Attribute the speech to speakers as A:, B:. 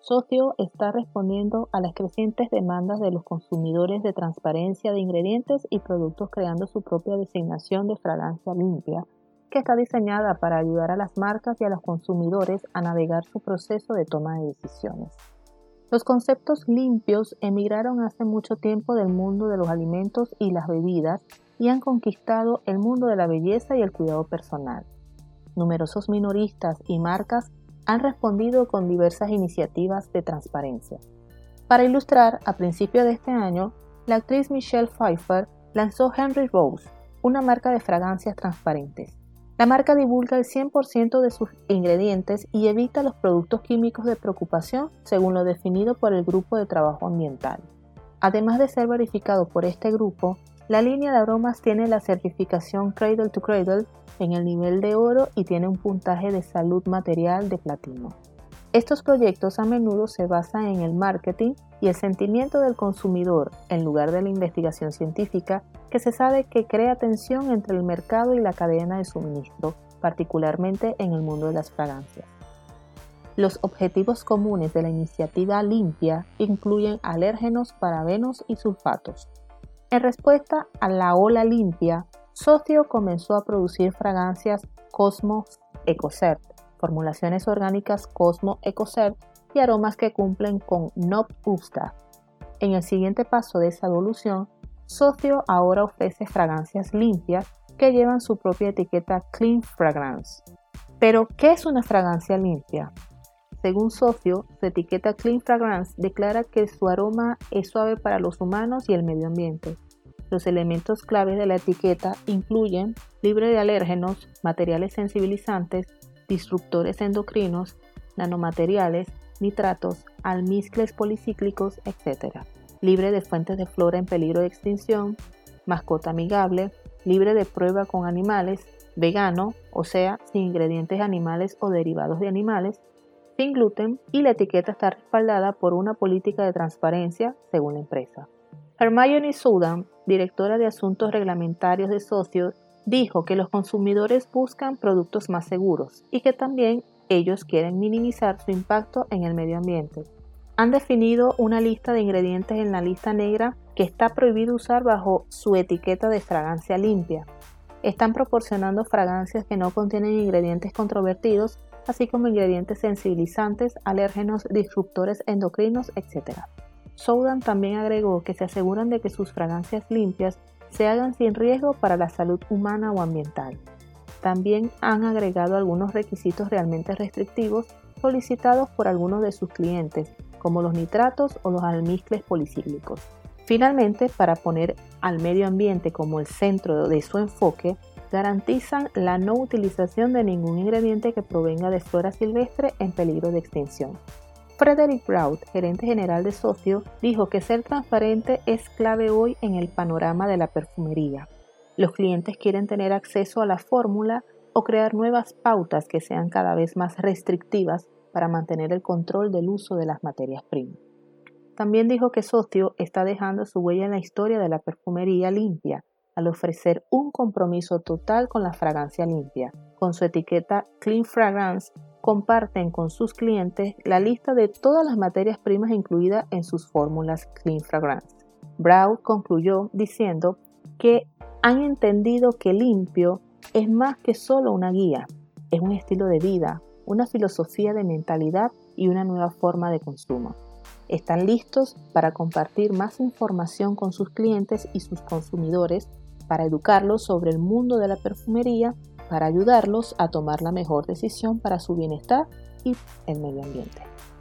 A: Socio está respondiendo a las crecientes demandas de los consumidores de transparencia de ingredientes y productos, creando su propia designación de fragancia limpia, que está diseñada para ayudar a las marcas y a los consumidores a navegar su proceso de toma de decisiones. Los conceptos limpios emigraron hace mucho tiempo del mundo de los alimentos y las bebidas y han conquistado el mundo de la belleza y el cuidado personal. Numerosos minoristas y marcas han respondido con diversas iniciativas de transparencia. Para ilustrar, a principios de este año, la actriz Michelle Pfeiffer lanzó Henry Rose, una marca de fragancias transparentes. La marca divulga el 100% de sus ingredientes y evita los productos químicos de preocupación según lo definido por el Grupo de Trabajo Ambiental. Además de ser verificado por este grupo, la línea de aromas tiene la certificación Cradle to Cradle en el nivel de oro y tiene un puntaje de salud material de platino. Estos proyectos a menudo se basan en el marketing y el sentimiento del consumidor en lugar de la investigación científica, que se sabe que crea tensión entre el mercado y la cadena de suministro, particularmente en el mundo de las fragancias. Los objetivos comunes de la iniciativa limpia incluyen alérgenos, parabenos y sulfatos. En respuesta a la ola limpia, Socio comenzó a producir fragancias Cosmo EcoCert, formulaciones orgánicas Cosmo EcoCert y aromas que cumplen con NOP USDA. En el siguiente paso de esa evolución, Socio ahora ofrece fragancias limpias que llevan su propia etiqueta Clean Fragrance. Pero, ¿qué es una fragancia limpia? Según Socio, su etiqueta Clean Fragrance declara que su aroma es suave para los humanos y el medio ambiente. Los elementos claves de la etiqueta incluyen libre de alérgenos, materiales sensibilizantes, disruptores endocrinos, nanomateriales, nitratos, almizcles policíclicos, etc. Libre de fuentes de flora en peligro de extinción, mascota amigable, libre de prueba con animales, vegano, o sea, sin ingredientes animales o derivados de animales, sin gluten, y la etiqueta está respaldada por una política de transparencia según la empresa. Hermione Soudan, directora de Asuntos Reglamentarios de Socio, dijo que los consumidores buscan productos más seguros y que también ellos quieren minimizar su impacto en el medio ambiente. Han definido una lista de ingredientes en la lista negra que está prohibido usar bajo su etiqueta de fragancia limpia. Están proporcionando fragancias que no contienen ingredientes controvertidos, así como ingredientes sensibilizantes, alérgenos, disruptores endocrinos, etc. Soudan también agregó que se aseguran de que sus fragancias limpias se hagan sin riesgo para la salud humana o ambiental. También han agregado algunos requisitos realmente restrictivos solicitados por algunos de sus clientes, como los nitratos o los almizcles policíclicos. Finalmente, para poner al medio ambiente como el centro de su enfoque, garantizan la no utilización de ningún ingrediente que provenga de flora silvestre en peligro de extinción. Frederick Braud, gerente general de Socio, dijo que ser transparente es clave hoy en el panorama de la perfumería. Los clientes quieren tener acceso a la fórmula o crear nuevas pautas que sean cada vez más restrictivas para mantener el control del uso de las materias primas. También dijo que Socio está dejando su huella en la historia de la perfumería limpia al ofrecer un compromiso total con la fragancia limpia. Con su etiqueta Clean Fragrance, comparten con sus clientes la lista de todas las materias primas incluidas en sus fórmulas Clean Fragrance. Braud concluyó diciendo que han entendido que limpio es más que solo una guía, es un estilo de vida, una filosofía de mentalidad y una nueva forma de consumo. Están listos para compartir más información con sus clientes y sus consumidores, para educarlos sobre el mundo de la perfumería, para ayudarlos a tomar la mejor decisión para su bienestar y el medio ambiente.